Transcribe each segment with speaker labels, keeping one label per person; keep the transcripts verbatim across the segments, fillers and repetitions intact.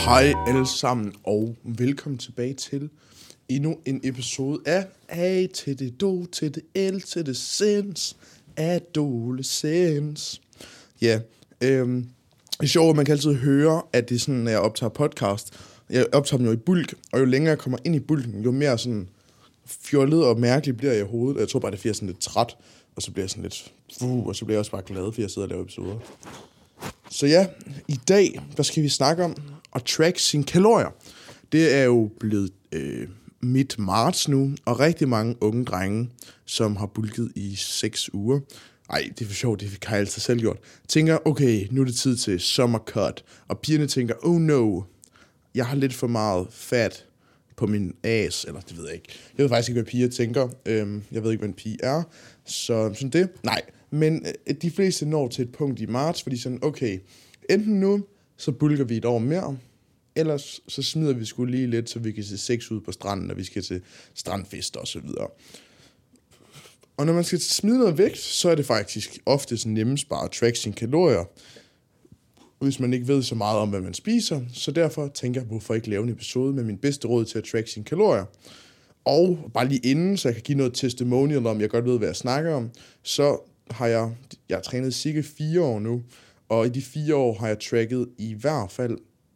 Speaker 1: Hej alle sammen, og velkommen tilbage til endnu en episode af A til det Do til det L til det Sens Adolescens. Ja, øhm, det er sjovt, at man kan altid høre, at det er sådan, når jeg optager podcast. Jeg optager dem jo i bulk, og jo længere jeg kommer ind i bulken, jo mere sådan fjollet og mærkeligt bliver jeg i hovedet. Jeg tror bare, det er, fordi jeg er sådan lidt træt, og så bliver jeg sådan lidt, uh, og så bliver jeg også bare glad, fordi jeg sidder og laver episoder. Så ja, i dag, hvad skal vi snakke om? At track sine kalorier. Det er jo blevet øh, midt marts nu, og rigtig mange unge drenge, som har bulket i seks uger. Ej, det er for sjovt, det har jeg altid selv gjort. Tænker, okay, nu er det tid til summercut. Og pigerne tænker, oh no, jeg har lidt for meget fat på min ass, eller det ved jeg ikke. Jeg ved faktisk ikke, hvad piger tænker. Øhm, jeg ved ikke, hvad en pige er. Så sådan det. Nej, men øh, de fleste når til et punkt i marts, fordi sådan, okay, enten nu, så bulker vi et år mere, ellers så smider vi sgu lige lidt, så vi kan se sex ud på stranden, når vi skal til strandfest og så videre. Og når man skal smide noget vægt, så er det faktisk ofte nemmest bare at track sine kalorier, hvis man ikke ved så meget om, hvad man spiser. Så derfor tænker jeg, hvorfor ikke lave en episode med min bedste råd til at track sine kalorier. Og bare lige inden, så jeg kan give noget testimonial om, jeg godt ved, hvad jeg snakker om, så har jeg, jeg har trænet cirka fire år nu, og i de fire år har jeg tracket i hvert fald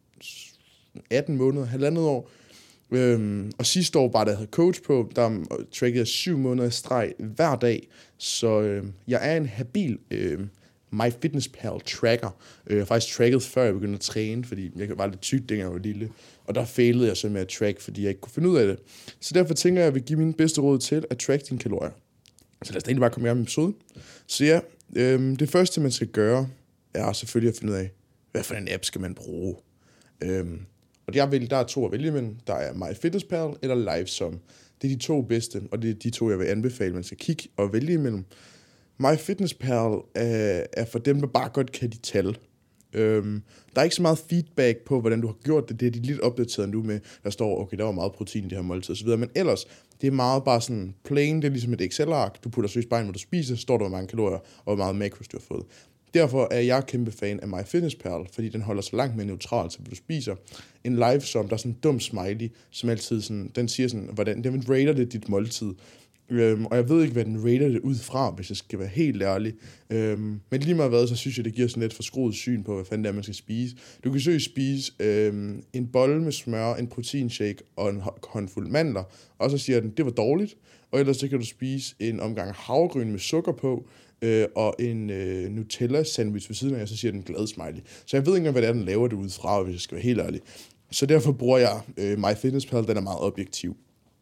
Speaker 1: atten måneder, halvandet år. Øhm, og sidste år, bare da jeg havde coach på, der trackede jeg syv måneder i streg hver dag. Så øhm, jeg er en habil øhm, MyFitnessPal tracker. Jeg har faktisk tracket, før jeg begyndte at træne, fordi jeg var lidt tyk, dengang jeg var lille. Og der failede jeg så med at track, fordi jeg ikke kunne finde ud af det. Så derfor tænker jeg, at jeg vil give mine bedste råd til at track dine kalorier. Så lad os da egentlig bare komme i gang med episoden. Så ja, øhm, det første man skal gøre, er selvfølgelig at finde ud af, hvad for en app skal man bruge. Øhm, og jeg vil, der er to at vælge imellem. Der er MyFitnessPal eller LiveSum. Det er de to bedste, og det er de to, jeg vil anbefale, man skal kigge og vælge imellem. MyFitnessPal er, er for dem, der bare godt kan de tal. Øhm, der er ikke så meget feedback på, hvordan du har gjort det. Det er de lidt opdateret nu med, der står, okay, der var meget protein i det her måltid osv. Men ellers, det er meget bare sådan plain, det er ligesom et Excel-ark. Du putter søs bare ind, hvor du spiser, så står der, hvor mange kalorier og hvor meget makros du har fået. Derfor er jeg kæmpe fan af MyFitnessPal, fordi den holder så langt mere neutral til, hvad du spiser. En LiveSum, der er sådan en dum smiley, som altid sådan, den siger sådan, hvordan, den rater det dit måltid. Øhm, og jeg ved ikke, hvad den rater det ud fra, hvis jeg skal være helt ærlig. Øhm, men lige meget hvad, så synes jeg, det giver sådan lidt forskruet syn på, hvad fanden det er, man skal spise. Du kan søge spise øhm, en bolle med smør, en proteinshake og en håndfuld mandler, og så siger den, det var dårligt. Og ellers så kan du spise en omgang havregryn med sukker på, øh, og en øh, Nutella-sandwich ved siden af, og så siger den glad smiley. Så jeg ved ikke engang, hvad det er, den laver det ud fra, hvis jeg skal være helt ærlig. Så derfor bruger jeg øh, MyFitnessPal, den er meget objektiv.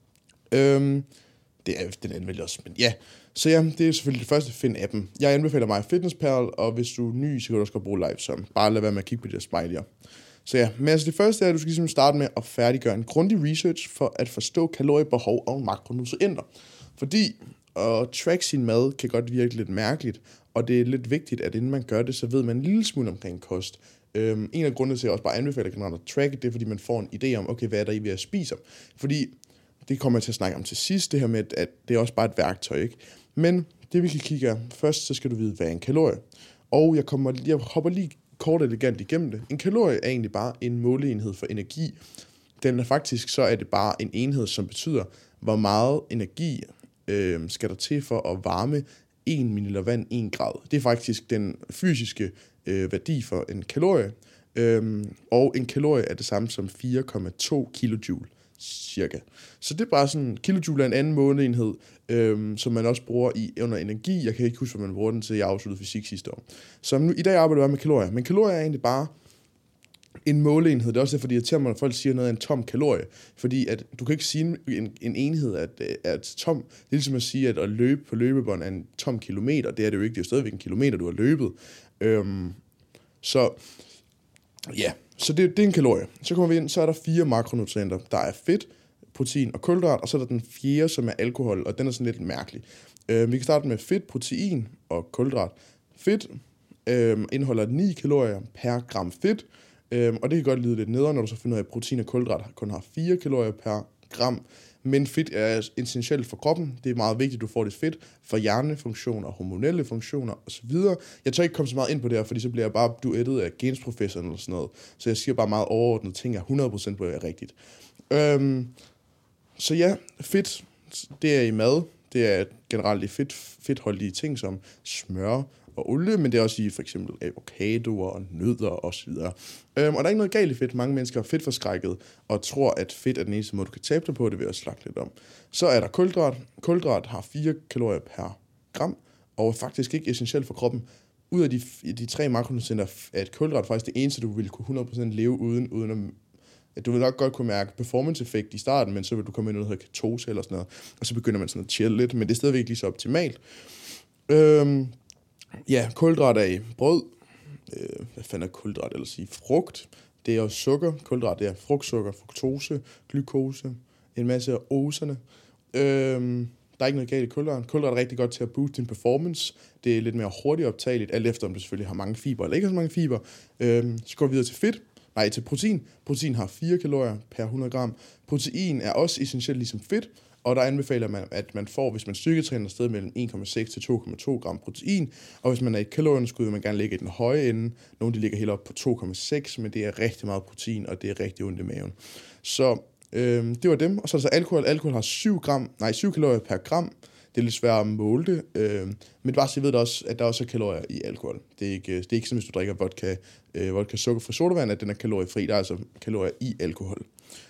Speaker 1: Øhm... Det er den anmelder også, men ja. Så ja, det er selvfølgelig det første, find appen. Jeg anbefaler mig MyFitnessPal, og hvis du er ny, så kan du også godt bruge LiveSum. Bare lad være med at kigge på de der spejler. Så ja, men altså det første er, at du skal ligesom starte med at færdiggøre en grundig research for at forstå kaloriebehov og makronutrienter. Fordi at track sin mad kan godt virke lidt mærkeligt, og det er lidt vigtigt, at inden man gør det, så ved man en lille smule omkring kost. Øhm, en af grundene til, at jeg også bare anbefaler generelt at tracke, det er, fordi man får en idé om, okay, hvad er der i, hvad jeg spiser. Fordi det kommer jeg til at snakke om til sidst, det her med, at det er også bare et værktøj, ikke? Men det vi kan kigge af, først så skal du vide, hvad er en kalorie. Og jeg, kommer, jeg hopper lige kort og elegant igennem det. En kalorie er egentlig bare en måleenhed for energi. Den er faktisk, så er det bare en enhed, som betyder, hvor meget energi øh, skal der til for at varme en milliliter vand en grad. Det er faktisk den fysiske øh, værdi for en kalorie. Øh, og en kalorie er det samme som fire komma to kilojoule. Cirka. Så det er bare sådan, kilojoule er en anden måleenhed, øhm, som man også bruger i under energi. Jeg kan ikke huske, hvad man bruger den til. Jeg afsluttede fysik sidste år. Så nu, i dag arbejder jeg med kalorier. Men kalorier er egentlig bare en måleenhed. Det er også derfor, det irriterer mig, når folk siger noget af en tom kalorie. Fordi at, du kan ikke sige en, en enhed at, at tom. Det er ligesom at sige, at at løbe på løbebånd er en tom kilometer. Det er det jo ikke. Det er jo stadigvæk en kilometer, du har løbet. Øhm, så ja, så det, det er en kalorie. Så kommer vi ind, så er der fire makronutrienter. Der er fedt, protein og kulhydrat, og så er der den fjerde, som er alkohol, og den er sådan lidt mærkelig. Øh, vi kan starte med fedt, protein og kulhydrat. Fedt øh, indeholder ni kalorier per gram fedt, øh, og det kan godt lyde lidt nedere, når du så finder ud af, at protein og kulhydrat kun har fire kalorier per gram, Men fedt er essentielt for kroppen. Det er meget vigtigt, at du får det fedt for hjernefunktioner, hormonelle funktioner osv. Jeg tør ikke komme så meget ind på det her, fordi så bliver jeg bare duettet af gensprofessoren eller sådan noget. Så jeg siger bare meget overordnet ting, jeg hundrede procent på er rigtigt. Øhm, så ja, fedt, det er i mad. Det er generelt i fedt, fedtholdige ting som smør og olie, men det er også i for eksempel avocadoer og nødder og så videre. Øhm, og der er ikke noget galt i fedt. Mange mennesker er fedtforskrækket og tror, at fedt er den eneste måde, du kan tabe dig på. Det vil jeg snakke lidt om. Så er der kulhydrat. Kulhydrat har fire kalorier per gram, og er faktisk ikke essentielt for kroppen. Ud af de, de tre makronutrienter er kulhydrat faktisk det eneste, du vil kunne hundrede procent leve uden, uden at du vil nok godt kunne mærke performance-effekt i starten, men så vil du komme ind i noget, der hedder ketose eller sådan noget, og så begynder man sådan at chill lidt, men det er stadigvæk lige så optimalt. Øhm, ja, kulhydrat er i brød. Øh, hvad fanden er kulhydrat, eller sige frugt? Det er også sukker. Kulhydrat, det er frugtsukker, fruktose, glukose, en masse af oserne. Øhm, der er ikke noget galt i kulhydrat. Kulhydrat er rigtig godt til at booste din performance. Det er lidt mere hurtigt optageligt, alt efter om du selvfølgelig har mange fiber eller ikke har så mange fiber. Øhm, så går vi videre til fedt. Nej, til protein. Protein har fire kalorier per hundrede gram. Protein er også essentielt ligesom fedt, og der anbefaler man, at man får, hvis man styrketræner, et sted mellem en komma seks til to komma to gram protein, og hvis man er i et kalorieunderskud, vil man gerne ligge i den høje ende. Nogle de ligger helt op på to komma seks, men det er rigtig meget protein, og det er rigtig ondt i maven. Så øh, det var dem, og så er der så alkohol. Alkohol har syv gram, nej, syv kalorier per gram. Det er lidt svært at måle det, øh, men bare så jeg ved også, at der også er kalorier i alkohol. Det er ikke, det er ikke sådan, hvis du drikker vodka, øh, vodka sukkerfri sodavand, at den er kaloriefri. Der er altså kalorier i alkohol.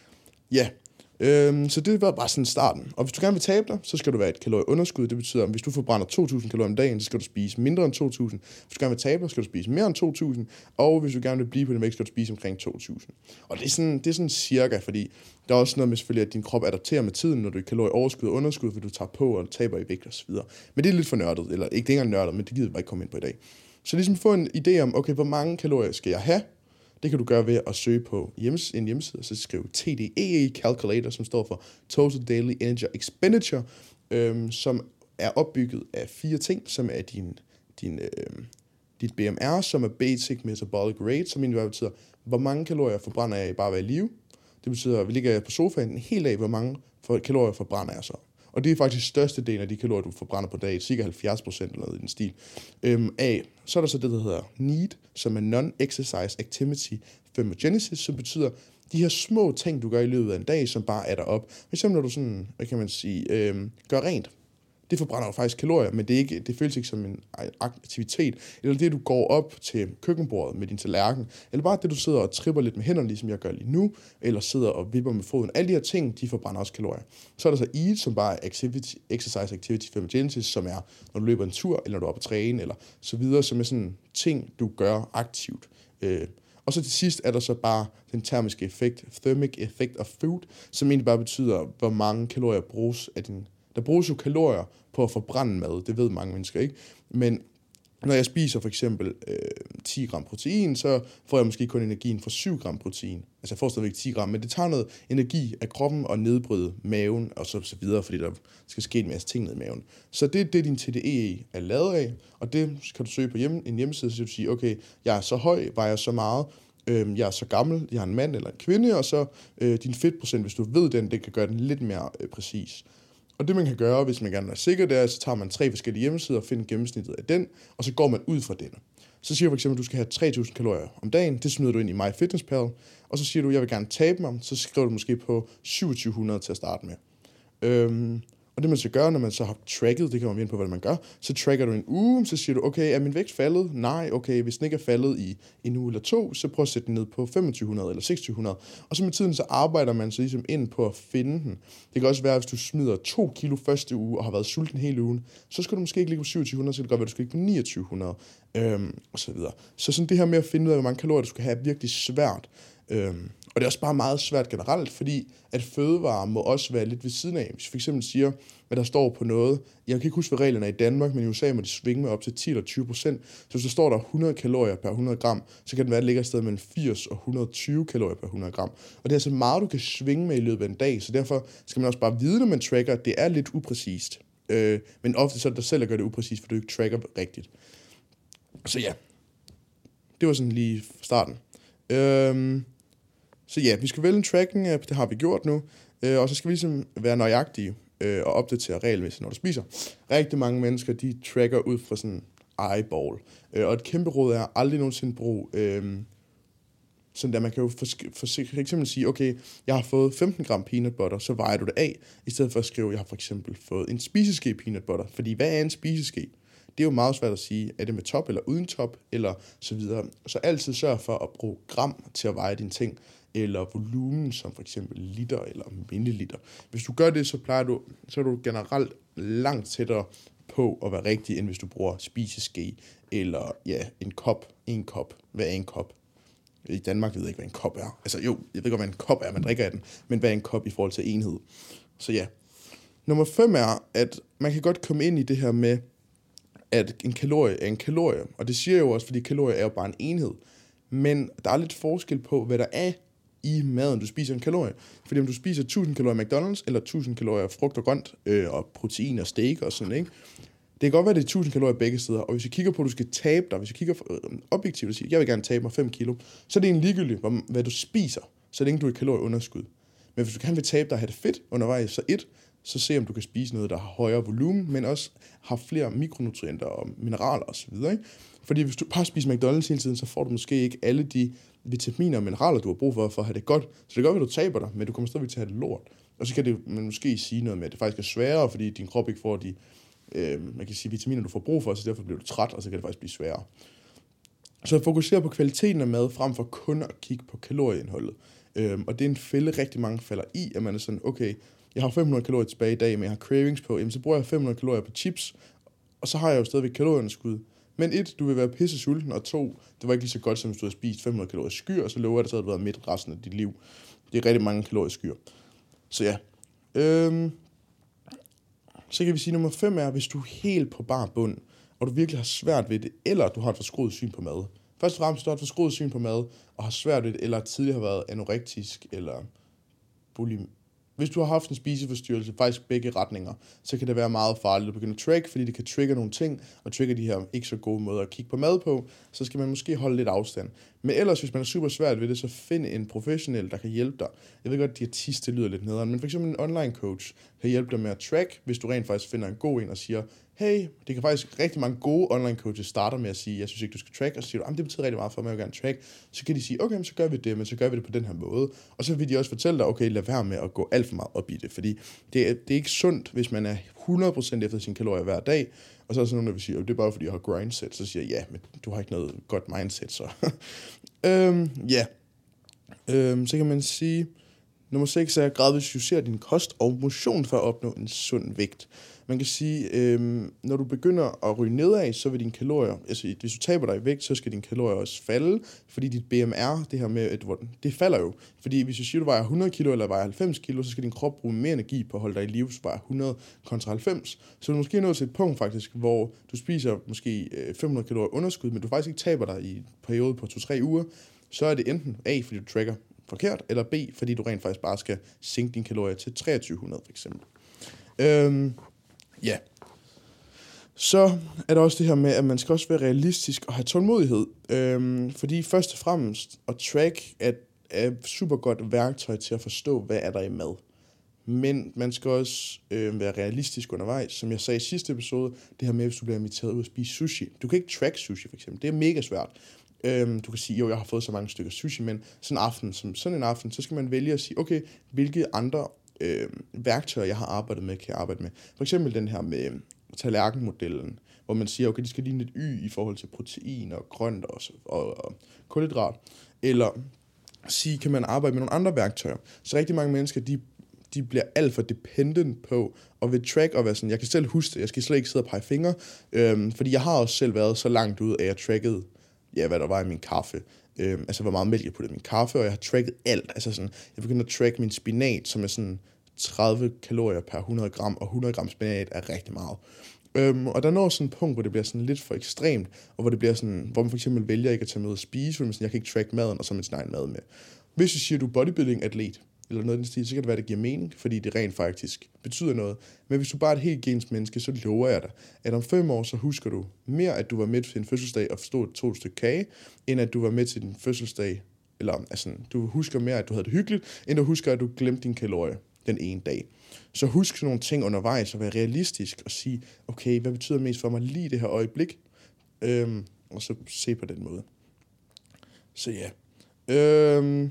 Speaker 1: Ja, øh, så det var bare sådan starten. Og hvis du gerne vil tabe dig, så skal du være et kalorieunderskud. Det betyder, at hvis du forbrænder to tusind kalorier om dagen, så skal du spise mindre end to tusind. Hvis du gerne vil tabe dig, skal du spise mere end to tusind. Og hvis du gerne vil blive på den vægt, skal du spise omkring to tusind. Og det er sådan, det er sådan cirka, fordi der er også noget med selvfølgelig, at din krop adapterer med tiden, når du er i kalorieoverskud og underskud, fordi du tager på og taber i vægt og så videre. Men det er lidt for nørdet, eller ikke det er ikke nørdet, men det gider vi bare ikke komme ind på i dag. Så ligesom få en idé om, okay, hvor mange kalorier skal jeg have? Det kan du gøre ved at søge på hjems- en hjemmeside, og så skrive T D E E Calculator, som står for Total Daily Energy Expenditure, øhm, som er opbygget af fire ting, som er din, din, øhm, dit B M R, som er Basic Metabolic Rate, som egentlig betyder, hvor mange kalorier forbrænder jeg bare ved at leve. Det betyder, at vi ligger på sofaen en hel dag, hvor mange kalorier forbrænder jeg så. Og det er faktisk største del af de kalorier, du forbrænder på dag, cirka halvfjerds procent eller noget i den stil, øhm, af. Så er der så det, der hedder NEAT, som er Non-Exercise Activity Thermogenesis, som betyder de her små ting, du gør i løbet af en dag, som bare adder op. For eksempel når du sådan, hvad kan man sige, øhm, gør rent. Det forbrænder jo faktisk kalorier, men det, er ikke, det føles ikke som en aktivitet. Eller det, du går op til køkkenbordet med din tallerken. Eller bare det, du sidder og tripper lidt med hænderne, ligesom jeg gør lige nu. Eller sidder og vipper med foden. Alle de her ting, de forbrænder også kalorier. Så er der så EAT, som bare er activity, Exercise Activity Thermogenesis, som er, når du løber en tur, eller når du er oppe at træne, eller så videre, som er sådan ting, du gør aktivt. Øh, Og så til sidst er der så bare den termiske effekt, thermic effect of food, som egentlig bare betyder, hvor mange kalorier bruges af din. Der bruges jo kalorier på at forbrænde mad, det ved mange mennesker ikke, men når jeg spiser for eksempel øh, ti gram protein, så får jeg måske kun energien fra syv gram protein. Altså jeg får stadigvæk ti gram, men det tager noget energi af kroppen og nedbryde maven og så, så videre, fordi der skal ske en masse ting ned i maven. Så det er det, din T D E E er lavet af, og det kan du søge på hjemme, en hjemmeside, så du siger, okay, jeg er så høj, vejer jeg så meget, øh, jeg er så gammel, jeg er en mand eller en kvinde, og så øh, din fedtprocent, hvis du ved den, det kan gøre den lidt mere øh, præcis. Og det man kan gøre, hvis man gerne er sikker, det er, så tager man tre forskellige hjemmesider og finder gennemsnittet af den, og så går man ud fra den. Så siger du for eksempel, at du skal have tre tusind kalorier om dagen, det smider du ind i MyFitnessPal, og så siger du, at jeg vil gerne tabe mig, så skriver du måske på syvogtyve hundrede til at starte med. Øhm, og det man så gør, når man så har tracket, det kan man vinde på, hvad man gør, så tracker du en uge, så siger du, okay, er min vægt faldet? Nej, okay, hvis den ikke er faldet i en uge eller to, så prøv at sætte den ned på femogtyve hundrede eller seksogtyve hundrede. Og så med tiden, så arbejder man så ligesom ind på at finde den. Det kan også være, hvis du smider to kilo første uge og har været sulten hele ugen, så skal du måske ikke ligge på syvogtyve hundrede, så kan det godt være, du skal ligge på niogtyve hundrede, øhm, og så videre. Så sådan det her med at finde ud af, hvor mange kalorier du skal have, er virkelig svært. Øhm, og det er også bare meget svært generelt, fordi at fødevarer må også være lidt ved siden af. Hvis vi for eksempel siger, hvad der står på noget, jeg kan ikke huske, hvad reglerne er i Danmark, men i U S A må de svinge med op til ti eller tyve procent. Så hvis der står der hundrede kalorier per hundrede gram, så kan den være, at det ligger et sted mellem firs og et hundrede og tyve kalorier per hundrede gram. Og det er altså meget, du kan svinge med i løbet af en dag, så derfor skal man også bare vide, når man tracker, at det er lidt upræcist. Øh, men ofte så er det dig selv, der gør det upræcist, for du ikke tracker rigtigt. Så ja, det var sådan lige starten. Øhm, Så ja, vi skal vælge en tracking-app, det har vi gjort nu. Øh, og så skal vi ligesom være nøjagtige øh, og opdatere regelmæssigt, når du spiser. Rigtig mange mennesker, de tracker ud fra sådan eyeball. Øh, og et kæmpe råd er aldrig nogensinde brug... Øh, sådan der man kan jo for, for, for eksempel sige, okay, jeg har fået femten gram peanut butter, så vejer du det af, i stedet for at skrive, jeg har for eksempel fået en spiseske peanut butter. Fordi hvad er en spiseske? Det er jo meget svært at sige, er det med top eller uden top, eller så videre. Så altid sørg for at bruge gram til at veje dine ting, eller volumen, som for eksempel liter eller milliliter. Hvis du gør det, så plejer du, så er du generelt langt tættere på at være rigtig, end hvis du bruger spiseske, eller ja, en kop, en kop. Hvad er en kop? I Danmark ved jeg ikke, hvad en kop er. Altså jo, jeg ved godt, hvad en kop er, man drikker af den, men hvad er en kop i forhold til enhed? Så ja. Nummer fem er, at man kan godt komme ind i det her med, at en kalorie er en kalorie. Og det siger jeg jo også, fordi kalorier er jo bare en enhed. Men der er lidt forskel på, hvad der er i maden, du spiser en kalorie. Fordi om du spiser tusind kalorier McDonald's, eller tusind kalorier frugt og grønt, øh, og protein og steak og sådan, ikke? Det kan godt være, det er tusind kalorier begge steder, og hvis jeg kigger på, at du skal tabe dig, hvis jeg kigger øh, objektivt og siger, jeg vil gerne tabe mig fem kilo, så er det en ligegyldigt, hvad du spiser, så længe du er i kalorieunderskud. Men hvis du gerne vil tabe dig og have det fedt undervejs, så et, så se om du kan spise noget, der har højere volumen, men også har flere mikronutrienter og mineraler osv. Fordi hvis du bare spiser McDonald's hele tiden, så får du måske ikke alle de vitaminer og mineraler, du har brug for, for at have det godt. Så det kan godt være, at du taber dig, men du kommer stadigvæk til at have det lort. Og så kan det man måske sige noget med, at det faktisk er sværere, fordi din krop ikke får de øh, man kan sige, vitaminer, du får brug for, så derfor bliver du træt, og så kan det faktisk blive sværere. Så fokuser på kvaliteten af mad, frem for kun at kigge på kalorieindholdet. Øhm, og det er en fælde, rigtig mange falder i, at man er sådan, okay, jeg har fem hundrede kalorier tilbage i dag, men jeg har cravings på, jamen så bruger jeg fem hundrede kalorier på chips, og så har jeg jo stadigvæk kalorieunderskud. Men et, du vil være pisse sulten, og to, det var ikke lige så godt, som hvis du havde spist fem hundrede kalorier skyr, og så lover jeg dig, så havde du været midt resten af dit liv. Det er rigtig mange kalorier skyr. Så ja. Øhm, så kan vi sige, nummer fem er, hvis du er helt på bar bund, og du virkelig har svært ved det, eller du har et forskruet syn på mad. Først og fremmest, du har et forskruet syn på mad, og har svært ved det, eller tidligere har været anorektisk, eller bulimi. Hvis du har haft en spiseforstyrrelse, faktisk begge retninger, så kan det være meget farligt at begynde at track, fordi det kan trigge nogle ting, og trigge de her ikke så gode måder at kigge på mad på, så skal man måske holde lidt afstand. Men ellers, hvis man er super svært ved det, så find en professionel, der kan hjælpe dig. Jeg ved godt, at diætist, det lyder lidt nederen, men for eksempel en online coach kan hjælpe dig med at track, hvis du rent faktisk finder en god en og siger, hey, det kan faktisk rigtig mange gode online coaches starter med at sige, jeg synes ikke, du skal track, og så siger du, det betyder rigtig meget for mig, jeg vil gerne track. Så kan de sige, okay, så gør vi det, men så gør vi det på den her måde. Og så vil de også fortælle dig, okay, lad være med at gå alt for meget op i det, fordi det er, det er ikke sundt, hvis man er hundrede procent efter sine kalorier hver dag, og så er der sådan nogen, der vil sige, det er bare fordi, jeg har grindset, så siger jeg, ja, men du har ikke noget godt mindset, så. øhm, ja, øhm, så kan man sige, nummer seks er gradvist justere din kost og motion for at opnå en sund vægt. Man kan sige, øhm, når du begynder at ryge nedad, så vil dine kalorier, altså hvis du taber dig i vægt, så skal dine kalorier også falde, fordi dit B M R, det her med, at det falder jo. Fordi hvis du siger, du vejer hundrede kilo eller vejer halvfems kilo, så skal din krop bruge mere energi på at holde dig i live, hvis du vejer hundrede kontra halvfems. Så du er måske nået til et punkt faktisk, hvor du spiser måske fem hundrede kalorier underskud, men du faktisk ikke taber dig i en periode på to til tre uger, så er det enten A, fordi du tracker forkert, eller B, fordi du rent faktisk bare skal sænke dine kalorier til treogtyve hundrede for eksempel. Øhm, Ja, så er der også det her med, at man skal også være realistisk og have tålmodighed. Øhm, fordi først og fremmest at track er, er et super godt værktøj til at forstå, hvad er der i mad. Men man skal også øh, være realistisk undervejs. Som jeg sagde i sidste episode, det her med, hvis du bliver inviteret ud at spise sushi. Du kan ikke track sushi for eksempel, det er mega svært. Øhm, du kan sige, jo, jeg har fået så mange stykker sushi, men sådan en aften, som sådan en aften, så skal man vælge at sige, okay, hvilke andre Øh, værktøjer, jeg har arbejdet med, kan jeg arbejde med. For eksempel den her med tallerkenmodellen, hvor man siger, okay, de skal ligne et y i forhold til protein og grønt og, og, og kulhydrat. Eller sige, kan man arbejde med nogle andre værktøjer. Så rigtig mange mennesker, de, de bliver alt for dependent på og vil track og være sådan, jeg kan selv huske det, jeg skal slet ikke sidde og pege fingre, øhm, fordi jeg har også selv været så langt ud, at jeg trackede, ja, hvad der var i min kaffe. Øhm, altså, hvor meget mælk jeg puttede i min kaffe, og jeg har tracket alt. Altså sådan, jeg begyndte at track min spinat, som er sådan tredive kalorier per hundrede gram, og hundrede gram spinat er rigtig meget. Øhm, og der når sådan et punkt, hvor det bliver sådan lidt for ekstremt, og hvor det bliver sådan, hvor man for eksempel vælger ikke at tage med at spise, fordi man sådan, jeg kan ikke track maden, og så man sin egen mad med. Hvis du siger, du er bodybuilding-atlet, eller noget af den stil, så kan det være, det giver mening, fordi det rent faktisk betyder noget. Men hvis du bare er et helt gens menneske, så lover jeg dig, at om fem år, så husker du mere, at du var med til din fødselsdag og forstod et to stykke kage, end at du var med til din fødselsdag, eller altså, du husker mere, at du havde det hyggeligt, end du husker, at du glemte dine kalorier. den ene dag. Så husk sådan nogle ting undervejs og være realistisk og sige, okay, hvad betyder mest for mig lige det her øjeblik? Øhm, og så se på den måde. Så ja. Øhm,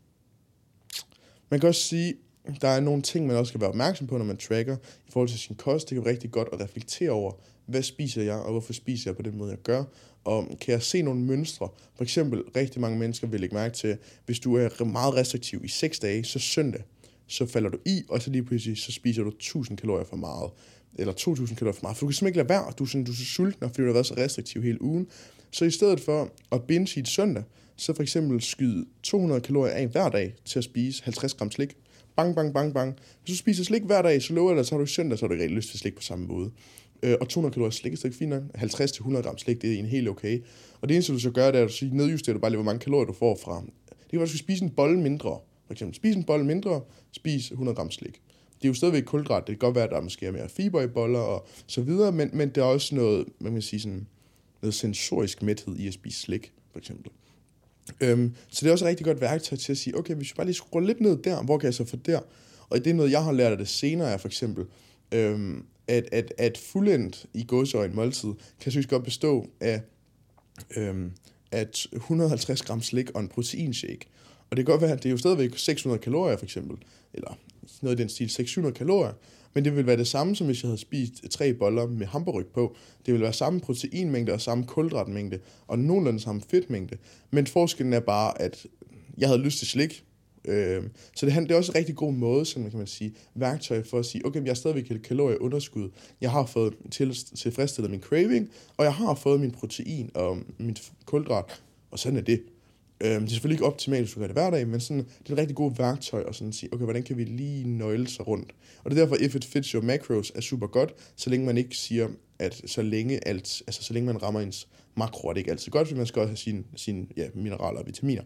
Speaker 1: man kan også sige, der er nogle ting, man også skal være opmærksom på, når man tracker i forhold til sin kost. Det kan være rigtig godt at reflektere over, hvad spiser jeg, og hvorfor spiser jeg på den måde, jeg gør. Og kan jeg se nogle mønstre? For eksempel, rigtig mange mennesker vil lægge mærke til, hvis du er meget restriktiv i seks dage, så søndag, så falder du i, og så lige pludselig, så spiser du tusind kalorier for meget. Eller to tusind kalorier for meget. For du kan simpelthen ikke lade være. Du er, sådan, du er så sulten, fordi du har været så restriktiv hele ugen. Så i stedet for at binge i et søndag, så for eksempel skyde to hundrede kalorier af hver dag til at spise halvtreds gram slik. Bang, bang, bang, bang. Hvis du spiser slik hver dag, så lover jeg dig, så har du i søndag, så har du ikke rigtig lyst til slik på samme måde. Øh, og to hundrede kalorier slik er stadig fint nok. halvtreds til hundrede gram slik, det er en helt okay. Og det eneste, du så gør, det er, at du nedjusterer du bare lige, hvor mange kalorier du får fra. Det kan være, at du skal spise en bolle mindre. For eksempel, spis en bolle mindre, spis hundrede gram slik. Det er jo stadigvæk kulhydrat. Det kan godt være, at der måske er mere fiber i boller og så videre, men, men der er også noget, man kan sige sådan, noget sensorisk mæthed i at spise slik, for eksempel. Øhm, så det er også et rigtig godt værktøj til at sige, okay, hvis vi bare lige skruer lidt ned der, hvor kan jeg så få der? Og det er noget, jeg har lært af det senere, er for eksempel, øhm, at, at, at fuldendt i gåseøjne måltid, kan synes godt bestå af øhm, at et hundrede og halvtreds gram slik og en proteinshake. Og det kan godt være, at det er jo stadigvæk seks hundrede kalorier, for eksempel, eller noget i den stil, seks hundrede kalorier, men det vil være det samme, som hvis jeg havde spist tre boller med hamburgerryg på. Det vil være samme proteinmængde og samme kulhydratmængde, og nogenlunde samme fedtmængde. Men forskellen er bare, at jeg havde lyst til slik. Øh, så det, det er også en rigtig god måde, som kan man sige, værktøj for at sige, okay, jeg har stadigvæk et kalorieunderskud. Jeg har fået til, tilfredsstillet min craving, og jeg har fået min protein og min kulhydrat, og sådan er det. Det er selvfølgelig ikke optimalt, hvis du gør det hver dag, men sådan, det er et rigtig godt værktøj at sådan sige, okay, hvordan kan vi lige nøgle sig rundt? Og det er derfor, if it fits your macros er super godt, så længe man ikke siger, at så længe, alt, altså, så længe man rammer ens makro, er det ikke altid godt, fordi man skal også have sine, sine ja, mineraler og vitaminer.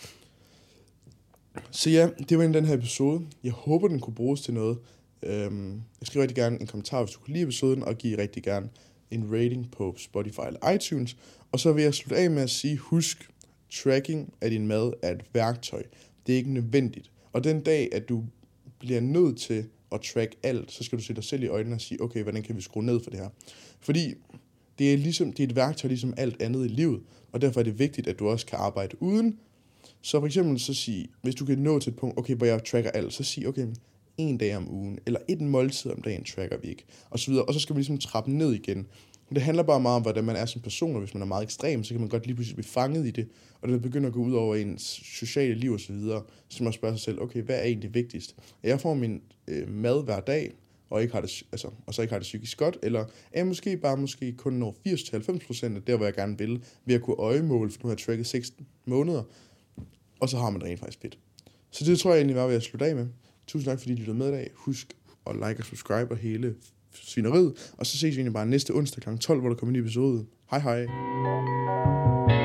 Speaker 1: Så ja, det var den her episode. Jeg håber, den kunne bruges til noget. Jeg skriver rigtig gerne en kommentar, hvis du kunne lide episoden, og give rigtig gerne en rating på Spotify eller iTunes. Og så vil jeg slutte af med at sige, husk, tracking af din mad er et værktøj. Det er ikke nødvendigt. Og den dag, at du bliver nødt til at track alt, så skal du se dig selv i øjnene og sige, okay, hvordan kan vi skrue ned for det her? Fordi det er, ligesom, det er et værktøj ligesom alt andet i livet, og derfor er det vigtigt, at du også kan arbejde uden. Så for eksempel så sig, hvis du kan nå til et punkt, okay, hvor jeg tracker alt, så sig, okay, en dag om ugen, eller et måltid om dagen tracker vi ikke, og så videre. Og så skal vi ligesom trappe ned igen. Det handler bare meget om, hvordan man er som person, og hvis man er meget ekstrem, så kan man godt lige pludselig blive fanget i det, og det begynder at gå ud over ens sociale liv og så videre, så skal man spørge sig selv, okay, hvad er egentlig vigtigst? Jeg får min øh, mad hver dag, og, ikke har det, altså, og så ikke har det psykisk godt, eller er jeg måske bare måske kun når firs til halvfems procent af der, hvor jeg gerne vil, ved at kunne øjemåle, for nu har jeg tracket seks måneder, og så har man det rent faktisk fedt. Så det tror jeg egentlig var, hvad jeg slutte af med. Tusind tak, fordi I lyttede med i dag. Husk at like og subscribe og hele svineriet. Og så ses vi egentlig bare næste onsdag klokken tolv, hvor der kommer en ny episode. Hej hej.